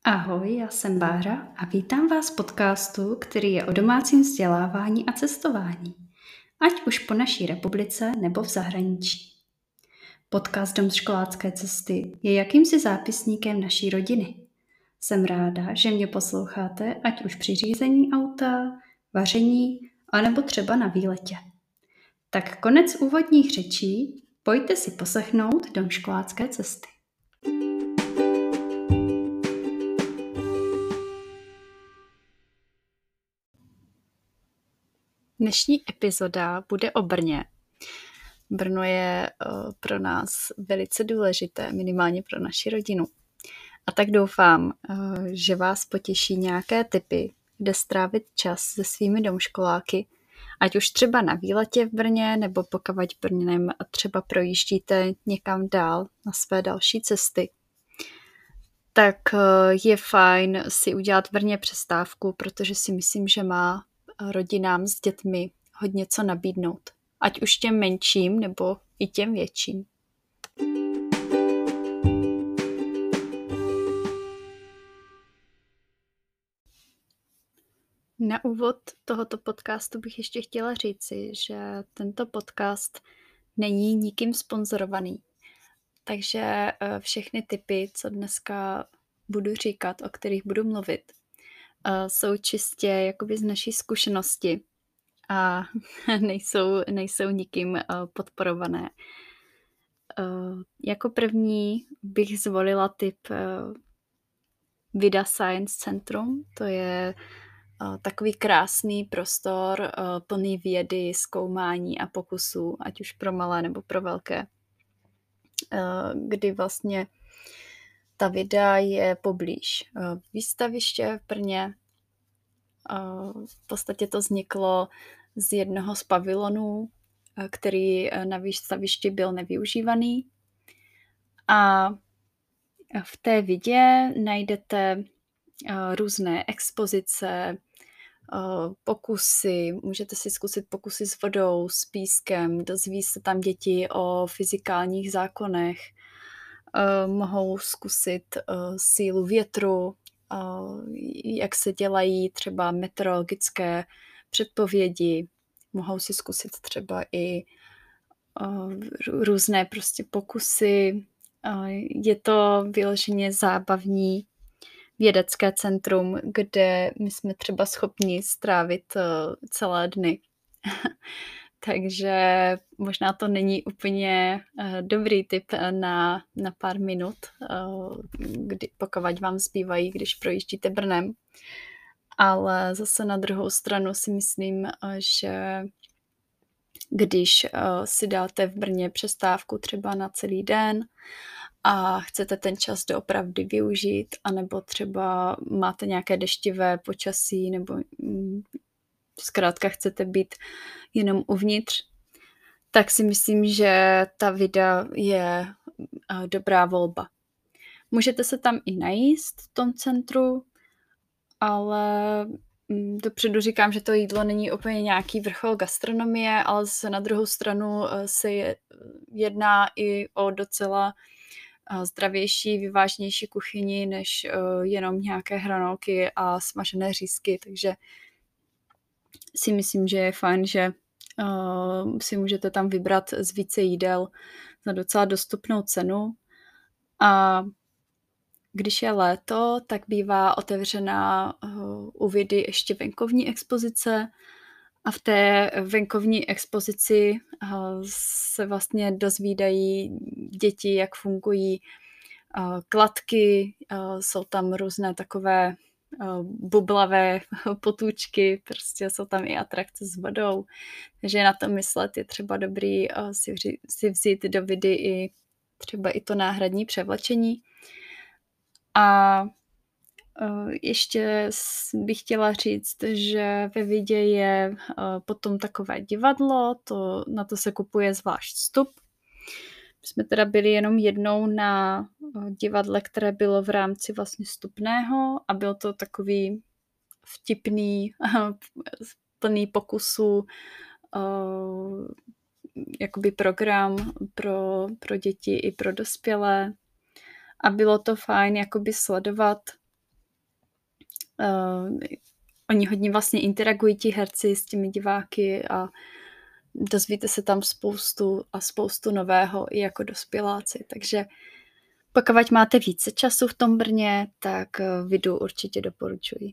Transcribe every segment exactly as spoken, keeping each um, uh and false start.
Ahoj, já jsem Bára a vítám vás v podcastu, který je o domácím vzdělávání a cestování, ať už po naší republice nebo v zahraničí. Podcast Dom školácké cesty je jakýmsi zápisníkem naší rodiny. Jsem ráda, že mě posloucháte, ať už při řízení auta, vaření, anebo třeba na výletě. Tak konec úvodních řečí, pojďte si poslechnout Dom školácké cesty. Dnešní epizoda bude o Brně. Brno je uh, pro nás velice důležité, minimálně pro naši rodinu. A tak doufám, uh, že vás potěší nějaké tipy, kde strávit čas se svými domškoláky, ať už třeba na výletě v Brně, nebo pokud Brnem třeba projíždíte někam dál na své další cesty. Tak uh, je fajn si udělat v Brně přestávku, protože si myslím, že má rodinám s dětmi hodně co nabídnout. Ať už těm menším, nebo i těm větším. Na úvod tohoto podcastu bych ještě chtěla říci, že tento podcast není nikým sponzorovaný. Takže všechny tipy, co dneska budu říkat, o kterých budu mluvit, jsou čistě jakoby z naší zkušenosti a nejsou, nejsou nikým podporované. Jako první bych zvolila tip Vida Science Centrum. To je takový krásný prostor plný vědy, zkoumání a pokusů, ať už pro malé nebo pro velké, kdy vlastně ta vida je poblíž výstaviště v Brně. V podstatě to vzniklo z jednoho z pavilonů, který na výstavišti byl nevyužívaný. A v té vidě najdete různé expozice, pokusy, můžete si zkusit pokusy s vodou, s pískem, dozví se tam děti o fyzikálních zákonech, mohou zkusit sílu větru, jak se dělají třeba meteorologické předpovědi, mohou si zkusit třeba i různé prostě pokusy. Je to vyloženě zábavní vědecké centrum, kde my jsme třeba schopni strávit celé dny. Takže možná to není úplně dobrý tip na, na pár minut, kdy, pokud vám zbývají, když projíždíte Brnem. Ale zase na druhou stranu si myslím, že když si dáte v Brně přestávku třeba na celý den a chcete ten čas doopravdy využít, anebo třeba máte nějaké deštivé počasí, nebo zkrátka chcete být jenom uvnitř, tak si myslím, že ta vida je dobrá volba. Můžete se tam i najíst v tom centru, ale dopředu říkám, že to jídlo není úplně nějaký vrchol gastronomie, ale zase na druhou stranu se jedná i o docela zdravější, vyvážnější kuchyni, než jenom nějaké hranolky a smažené řízky, takže si myslím, že je fajn, že uh, si můžete tam vybrat z více jídel za docela dostupnou cenu. A když je léto, tak bývá otevřená uh, u Vidy ještě venkovní expozice a v té venkovní expozici uh, se vlastně dozvídají děti, jak fungují uh, kladky, uh, jsou tam různé takové bublavé potůčky, prostě jsou tam i atrakce s vodou, takže na to myslet je třeba dobrý si, vři, si vzít do Vidy i třeba i to náhradní převlečení. A ještě bych chtěla říct, že ve Vidě je potom takové divadlo, to, na to se kupuje zvlášť vstup. My jsme teda byli jenom jednou na divadle, které bylo v rámci vlastně vstupného a byl to takový vtipný, plný pokusů, jakoby program pro, pro děti i pro dospělé. A bylo to fajn jakoby sledovat Uh, oni hodně vlastně interagují ti herci s těmi diváky a dozvíte se tam spoustu a spoustu nového i jako dospěláci. Takže pokud máte více času v tom Brně, tak Vidu určitě doporučuji.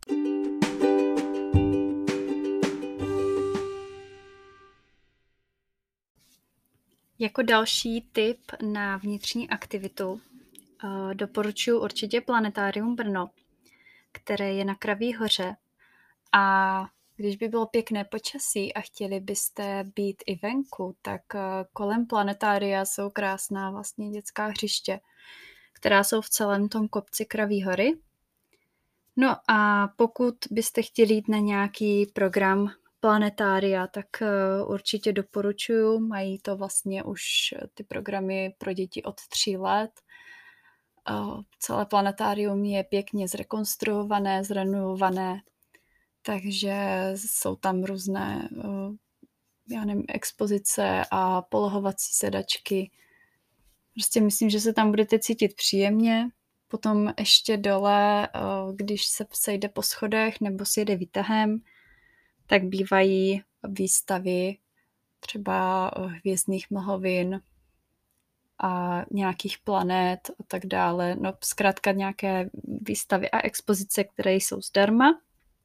Jako další tip na vnitřní aktivitu uh, doporučuji určitě Planetarium Brno, které je na Kraví hoře. A když by bylo pěkné počasí a chtěli byste být i venku, tak uh, kolem planetária jsou krásná vlastně dětská hřiště, která jsou v celém tom kopci Kraví hory. No a pokud byste chtěli jít na nějaký program planetária, tak uh, určitě doporučuju. Mají to vlastně už ty programy pro děti od tří let. Uh, celé planetárium je pěkně zrekonstruované, zrenovované, takže jsou tam různé uh, já nevím, expozice a polohovací sedačky. Prostě myslím, že se tam budete cítit příjemně. Potom ještě dole, když se sejde po schodech nebo si jede výtahem, tak bývají výstavy třeba hvězdných mlhovin a nějakých planet a tak dále. No zkrátka nějaké výstavy a expozice, které jsou zdarma.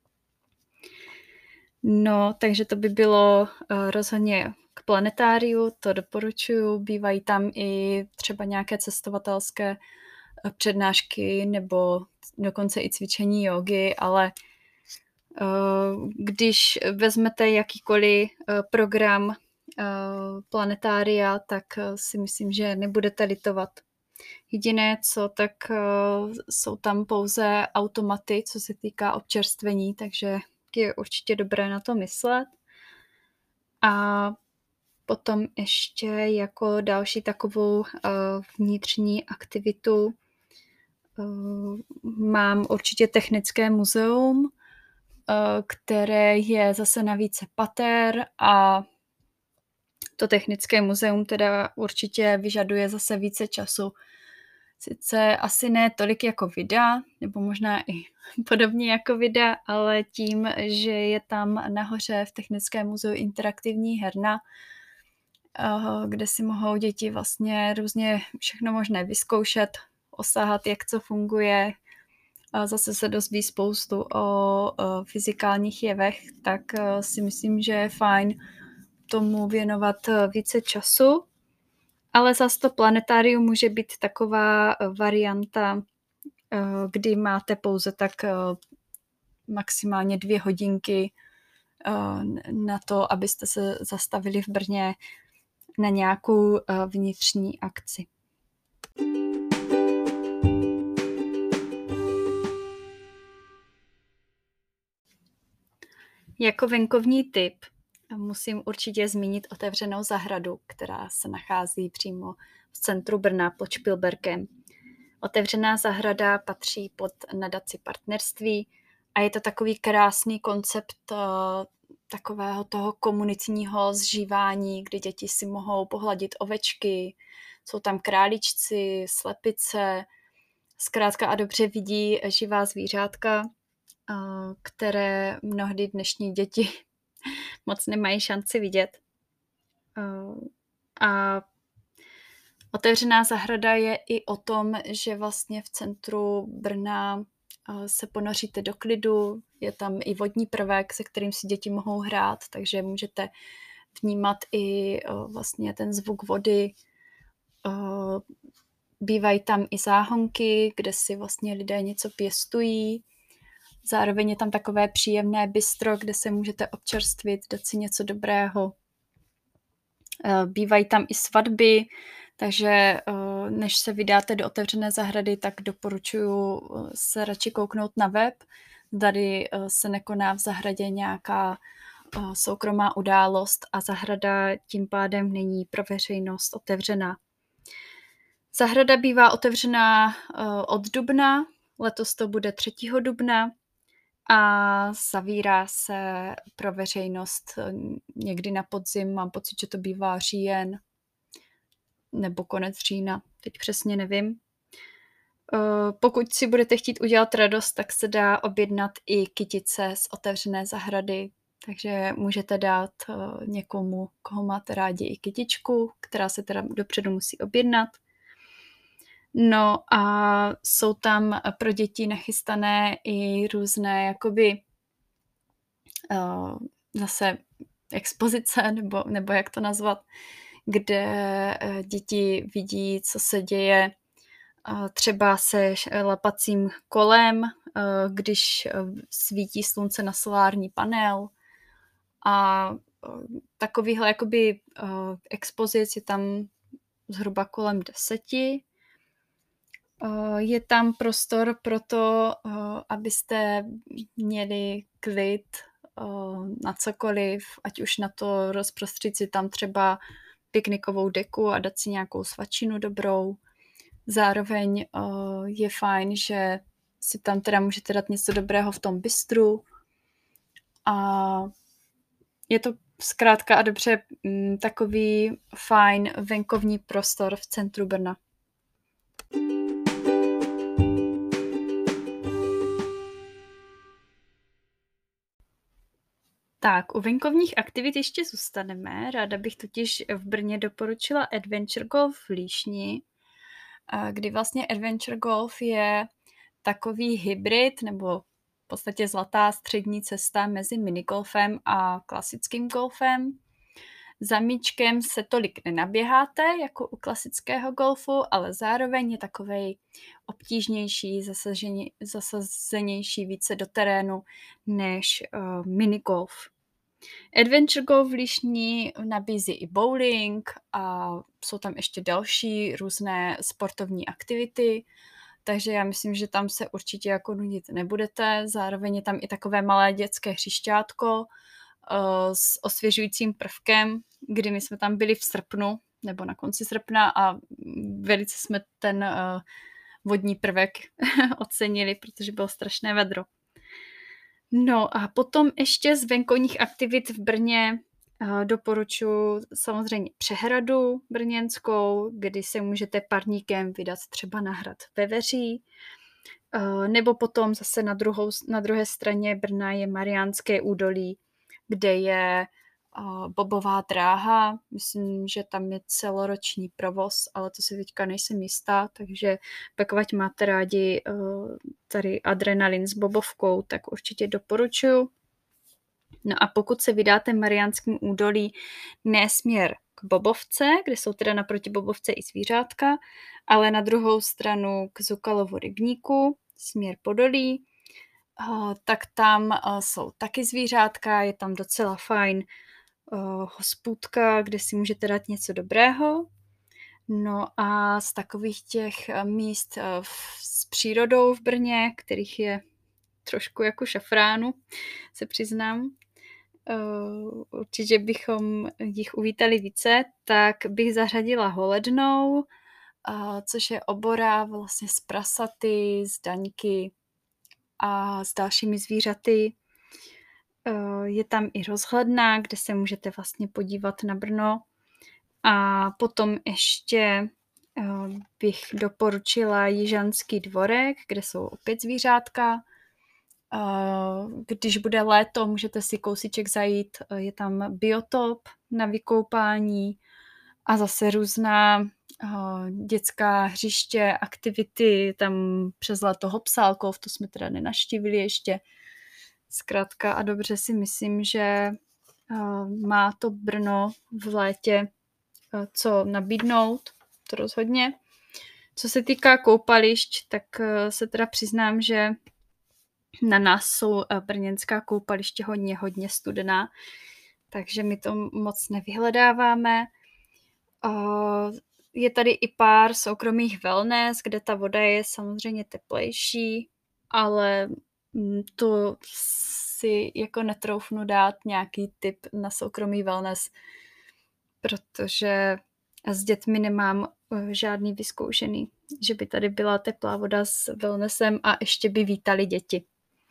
No, takže to by bylo rozhodně k planetáriu, to doporučuju. Bývají tam i třeba nějaké cestovatelské přednášky nebo dokonce i cvičení jógy, ale když vezmete jakýkoliv program planetária, tak si myslím, že nebudete litovat. Jediné, co, tak jsou tam pouze automaty, co se týká občerstvení, takže je určitě dobré na to myslet. A potom ještě jako další takovou vnitřní aktivitu mám určitě Technické muzeum, které je zase na více pater a to Technické muzeum teda určitě vyžaduje zase více času. Sice asi ne tolik jako Vida, nebo možná i podobně jako Vida, ale tím, že je tam nahoře v Technickém muzeu interaktivní herna, kde si mohou děti vlastně různě všechno možné vyzkoušet, osahat, jak co funguje, a zase se dozví spoustu o, o fyzikálních jevech, tak si myslím, že je fajn tomu věnovat více času. Ale zase to planetárium může být taková varianta, kdy máte pouze tak maximálně dvě hodinky na to, abyste se zastavili v Brně na nějakou vnitřní akci. Jako venkovní tip musím určitě zmínit otevřenou zahradu, která se nachází přímo v centru Brna pod Špilberkem. Otevřená zahrada patří pod nadaci Partnerství a je to takový krásný koncept uh, takového toho komunitního zžívání, kdy děti si mohou pohladit ovečky, jsou tam králíčci, slepice, zkrátka a dobře vidí živá zvířátka, uh, které mnohdy dnešní děti moc nemají šanci vidět. Uh, a otevřená zahrada je i o tom, že vlastně v centru Brna se ponoříte do klidu, je tam i vodní prvek, se kterým si děti mohou hrát, takže můžete vnímat i vlastně ten zvuk vody. Bývají tam i záhonky, kde si vlastně lidé něco pěstují. Zároveň je tam takové příjemné bistro, kde se můžete občerstvit, dát si něco dobrého. Bývají tam i svatby, takže než se vydáte do otevřené zahrady, tak doporučuji se radši kouknout na web. Tady se nekoná v zahradě nějaká soukromá událost a zahrada tím pádem není pro veřejnost otevřená. Zahrada bývá otevřená od dubna, letos to bude třetího dubna a zavírá se pro veřejnost někdy na podzim, mám pocit, že to bývá říjen nebo konec října, teď přesně nevím. Uh, pokud si budete chtít udělat radost, tak se dá objednat i kytice z otevřené zahrady, takže můžete dát uh, někomu, koho máte rádi, i kytičku, která se teda dopředu musí objednat. No a jsou tam pro děti nachystané i různé jakoby uh, zase expozice, nebo, nebo jak to nazvat, kde uh, děti vidí, co se děje uh, třeba se lapacím kolem, uh, když uh, svítí slunce na solární panel. A uh, takovýhle jakoby uh, expozic je tam zhruba kolem deseti. Je tam prostor pro to, abyste měli klid na cokoliv, ať už na to rozprostřít si tam třeba piknikovou deku a dát si nějakou svačinu dobrou. Zároveň je fajn, že si tam teda můžete dát něco dobrého v tom bistru. A je to zkrátka a dobře takový fajn venkovní prostor v centru Brna. Tak, u venkovních aktivit ještě zůstaneme. Ráda bych totiž v Brně doporučila Adventure Golf v Líšni, kdy vlastně Adventure Golf je takový hybrid, nebo v podstatě zlatá střední cesta mezi minigolfem a klasickým golfem. Za míčkem se tolik nenaběháte, jako u klasického golfu, ale zároveň je takovej obtížnější, zasažení, zasazenější více do terénu než uh, minigolf. Adventure Golf v Líšni nabízí i bowling a jsou tam ještě další různé sportovní aktivity, takže já myslím, že tam se určitě jako nudit nebudete. Zároveň je tam i takové malé dětské hřišťátko uh, s osvěžujícím prvkem, kdy my jsme tam byli v srpnu, nebo na konci srpna a velice jsme ten uh, vodní prvek ocenili, protože bylo strašné vedro. No a potom ještě z venkovních aktivit v Brně uh, doporučuji samozřejmě přehradu brněnskou, kdy se můžete parníkem vydat třeba na hrad Veveří, uh, nebo potom zase na, druhou, na druhé straně Brna je Mariánské údolí, kde je uh, bobová dráha. Myslím, že tam je celoroční provoz, ale to si teďka nejsem jistá, takže pokud máte rádi uh, tady adrenalin s bobovkou, tak určitě doporučuji. No a pokud se vydáte Mariánským údolí, ne směr k bobovce, kde jsou teda naproti bobovce i zvířátka, ale na druhou stranu k Zukalovu rybníku, směr Podolí, uh, tak tam uh, jsou taky zvířátka, je tam docela fajn uh, hospůdka, kde si můžete dát něco dobrého. No a z takových těch míst uh, s přírodou v Brně, kterých je trošku jako šafránu, se přiznám, uh, určitě bychom jich uvítali více, tak bych zařadila Holednou, uh, což je obora vlastně s prasaty, s daňky a s dalšími zvířaty. Uh, je tam i rozhledna, kde se můžete vlastně podívat na Brno. A potom ještě uh, bych doporučila Jižanský dvorek, kde jsou opět zvířátka. Uh, když bude léto, můžete si kousíček zajít, uh, je tam biotop na vykoupání a zase různá uh, dětská hřiště, aktivity, tam přes léto Hopsálkov, to jsme teda nenaštívili ještě. Zkrátka a dobře si myslím, že uh, má to Brno v létě uh, co nabídnout, to rozhodně. Co se týká koupališť, tak uh, se teda přiznám, že na nás jsou brněnská koupaliště hodně, hodně studená, takže my to moc nevyhledáváme. Je tady i pár soukromých wellness, kde ta voda je samozřejmě teplejší, ale to si jako netroufnu dát nějaký tip na soukromý wellness, protože s dětmi nemám žádný vyzkoušený, že by tady byla teplá voda s wellnessem a ještě by vítali děti.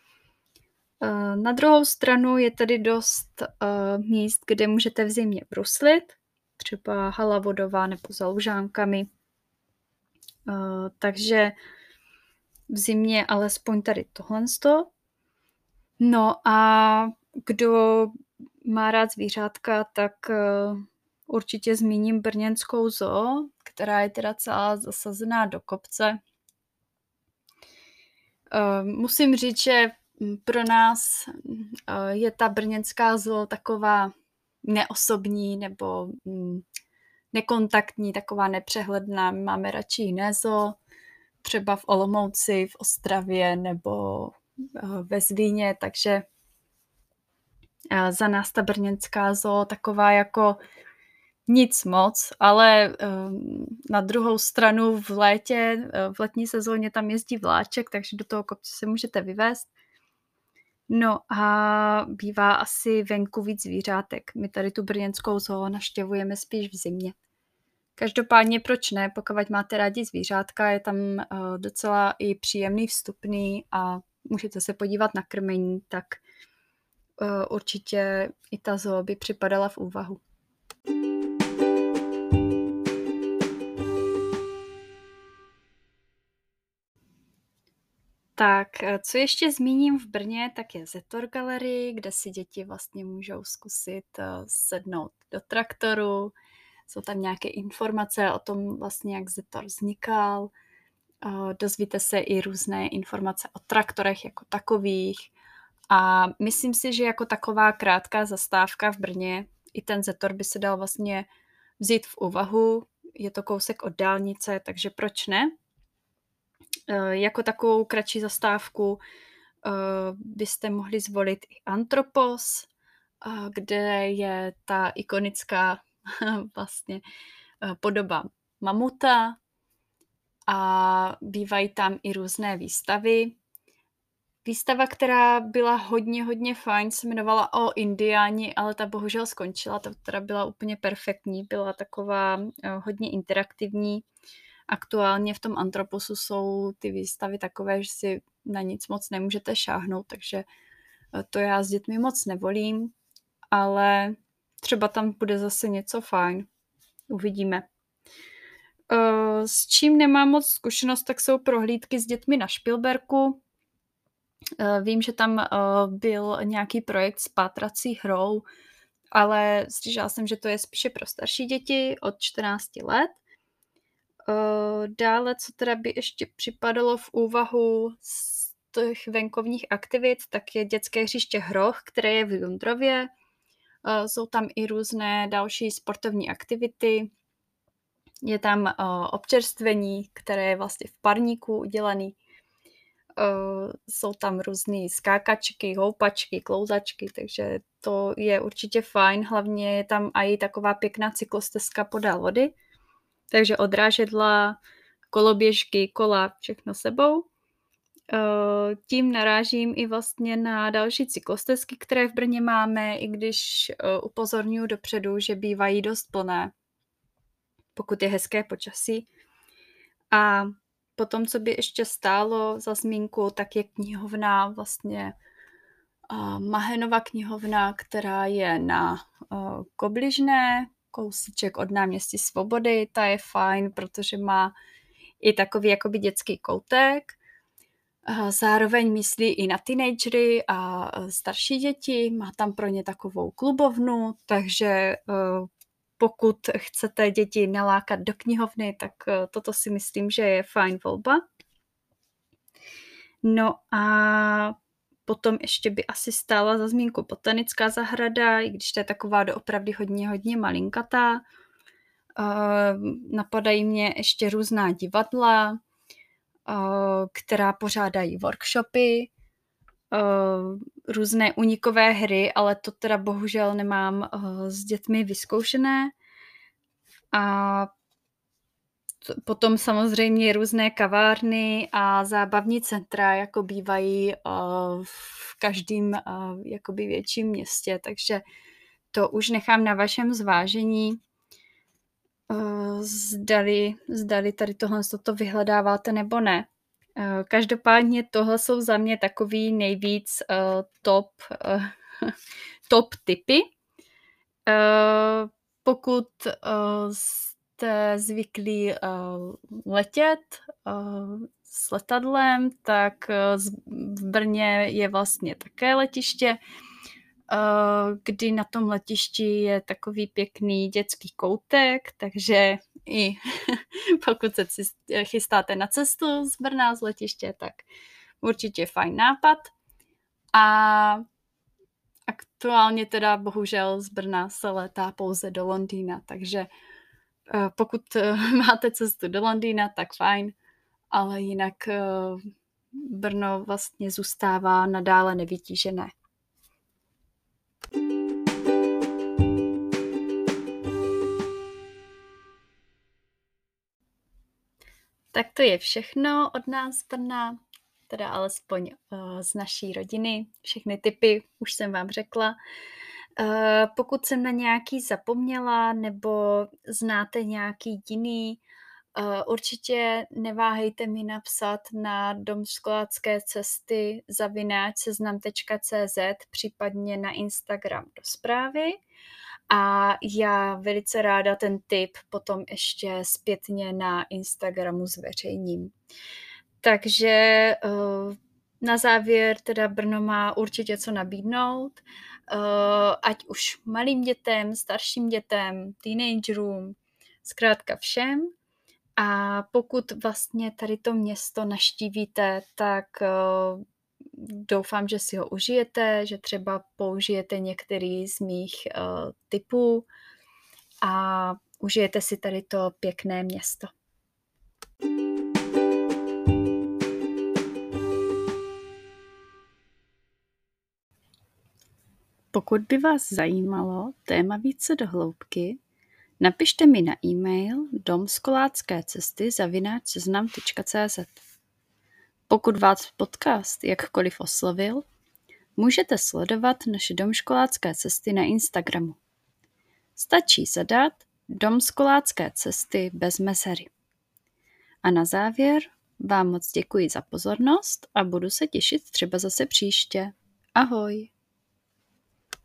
Na druhou stranu je tady dost uh, míst, kde můžete v zimě bruslit, třeba hala vodová nebo za Lužánkami. Uh, takže v zimě alespoň tady tohlensto. No a kdo má rád zvířátka, tak uh, určitě zmíním brněnskou zoo, která je teda celá zasazená do kopce. Uh, musím říct, že pro nás uh, je ta brněnská zoo taková neosobní nebo um, nekontaktní, taková nepřehledná. My máme radši jiné zoo, třeba v Olomouci, v Ostravě nebo uh, ve Zlíně, takže uh, za nás ta brněnská zoo taková jako nic moc, ale um, na druhou stranu v létě, v letní sezóně tam jezdí vláček, takže do toho kopce se můžete vyvést. No a bývá asi venku víc zvířátek. My tady tu brněnskou zoo navštěvujeme spíš v zimě. Každopádně proč ne, pokud máte rádi zvířátka, je tam uh, docela i příjemný vstupný a můžete se podívat na krmení, tak uh, určitě i ta zoo by připadala v úvahu. Tak, co ještě zmíním v Brně, tak je Zetor Gallery, kde si děti vlastně můžou zkusit uh, sednout do traktoru. Jsou tam nějaké informace o tom vlastně, jak Zetor vznikal. Uh, dozvíte se i různé informace o traktorech jako takových. A myslím si, že jako taková krátká zastávka v Brně i ten Zetor by se dal vlastně vzít v úvahu. Je to kousek od dálnice, takže proč ne? Jako takovou kratší zastávku byste mohli zvolit i Antropos, kde je ta ikonická vlastně podoba mamuta a bývají tam i různé výstavy. Výstava, která byla hodně, hodně fajn, se jmenovala O Indiáni, ale ta bohužel skončila, ta teda byla úplně perfektní, byla taková hodně interaktivní. Aktuálně v tom Antroposu jsou ty výstavy takové, že si na nic moc nemůžete šáhnout, takže to já s dětmi moc nevolím, ale třeba tam bude zase něco fajn. Uvidíme. S čím nemám moc zkušenost, tak jsou prohlídky s dětmi na Špilberku. Vím, že tam byl nějaký projekt s pátrací hrou, ale slyšela jsem, že to je spíše pro starší děti od čtrnácti let. Dále, co teda by ještě připadalo v úvahu z těch venkovních aktivit, tak je dětské hřiště Hroch, které je v Jundrově. Jsou tam i různé další sportovní aktivity. Je tam občerstvení, které je vlastně v parníku udělané. Jsou tam různé skákačky, houpačky, klouzačky, takže to je určitě fajn. Hlavně je tam i taková pěkná cyklostezka podél vody. Takže odrážedla, koloběžky, kola, všechno sebou. Tím narážím i vlastně na další cyklostezky, které v Brně máme, i když upozorňuji dopředu, že bývají dost plné, pokud je hezké počasí. A potom, co by ještě stálo za zmínku, tak je knihovna vlastně Mahenova knihovna, která je na Kobližné, kousíček od náměstí Svobody. Ta je fajn, protože má i takový jakoby dětský koutek. Zároveň myslí i na teenagery a starší děti. Má tam pro ně takovou klubovnu, takže pokud chcete děti nalákat do knihovny, tak toto si myslím, že je fajn volba. No a potom ještě by asi stála za zmínku botanická zahrada, i když to je taková doopravdy hodně, hodně malinkatá. Uh, napadají mě ještě různá divadla, uh, která pořádají workshopy, uh, různé unikové hry, ale to teda bohužel nemám uh, s dětmi vyzkoušené. A potom samozřejmě různé kavárny a zábavní centra, jako bývají uh, v každém uh, jakoby větším městě, takže to už nechám na vašem zvážení, uh, zdali, zdali tady tohle toto vyhledáváte nebo ne. Uh, každopádně tohle jsou za mě takový nejvíc uh, top, uh, top tipy. Uh, pokud uh, jste zvyklí uh, letět, uh, s letadlem, tak v Brně je vlastně také letiště, kdy na tom letišti je takový pěkný dětský koutek, takže i pokud se chystáte na cestu z Brna z letiště, tak určitě fajn nápad. A aktuálně teda bohužel z Brna se létá pouze do Londýna, takže pokud máte cestu do Londýna, tak fajn, ale jinak Brno vlastně zůstává nadále nevytížené. Tak to je všechno od nás z Brna, teda alespoň uh, z naší rodiny. Všechny tipy už jsem vám řekla. Uh, pokud jsem na nějaký zapomněla nebo znáte nějaký jiný, uh, určitě neváhejte mi napsat na domškolácké cesty zavináč seznam tečka cé zet, případně na Instagram do zprávy. A já velice ráda ten tip potom ještě zpětně na Instagramu zveřejním. Takže na závěr teda Brno má určitě co nabídnout, ať už malým dětem, starším dětem, teenagerům, zkrátka všem. A pokud vlastně tady to město navštívíte, tak doufám, že si ho užijete, že třeba použijete některý z mých uh, tipů a užijete si tady to pěkné město. Pokud by vás zajímalo téma více do hloubky, napište mi na e-mail domskoláckécesty zavináč seznam tečka cé zet. Pokud vás podcast jakkoliv oslovil, můžete sledovat naše domškolácké cesty na Instagramu. Stačí zadat domškolácké cesty bez mezery. A na závěr vám moc děkuji za pozornost a budu se těšit třeba zase příště. Ahoj!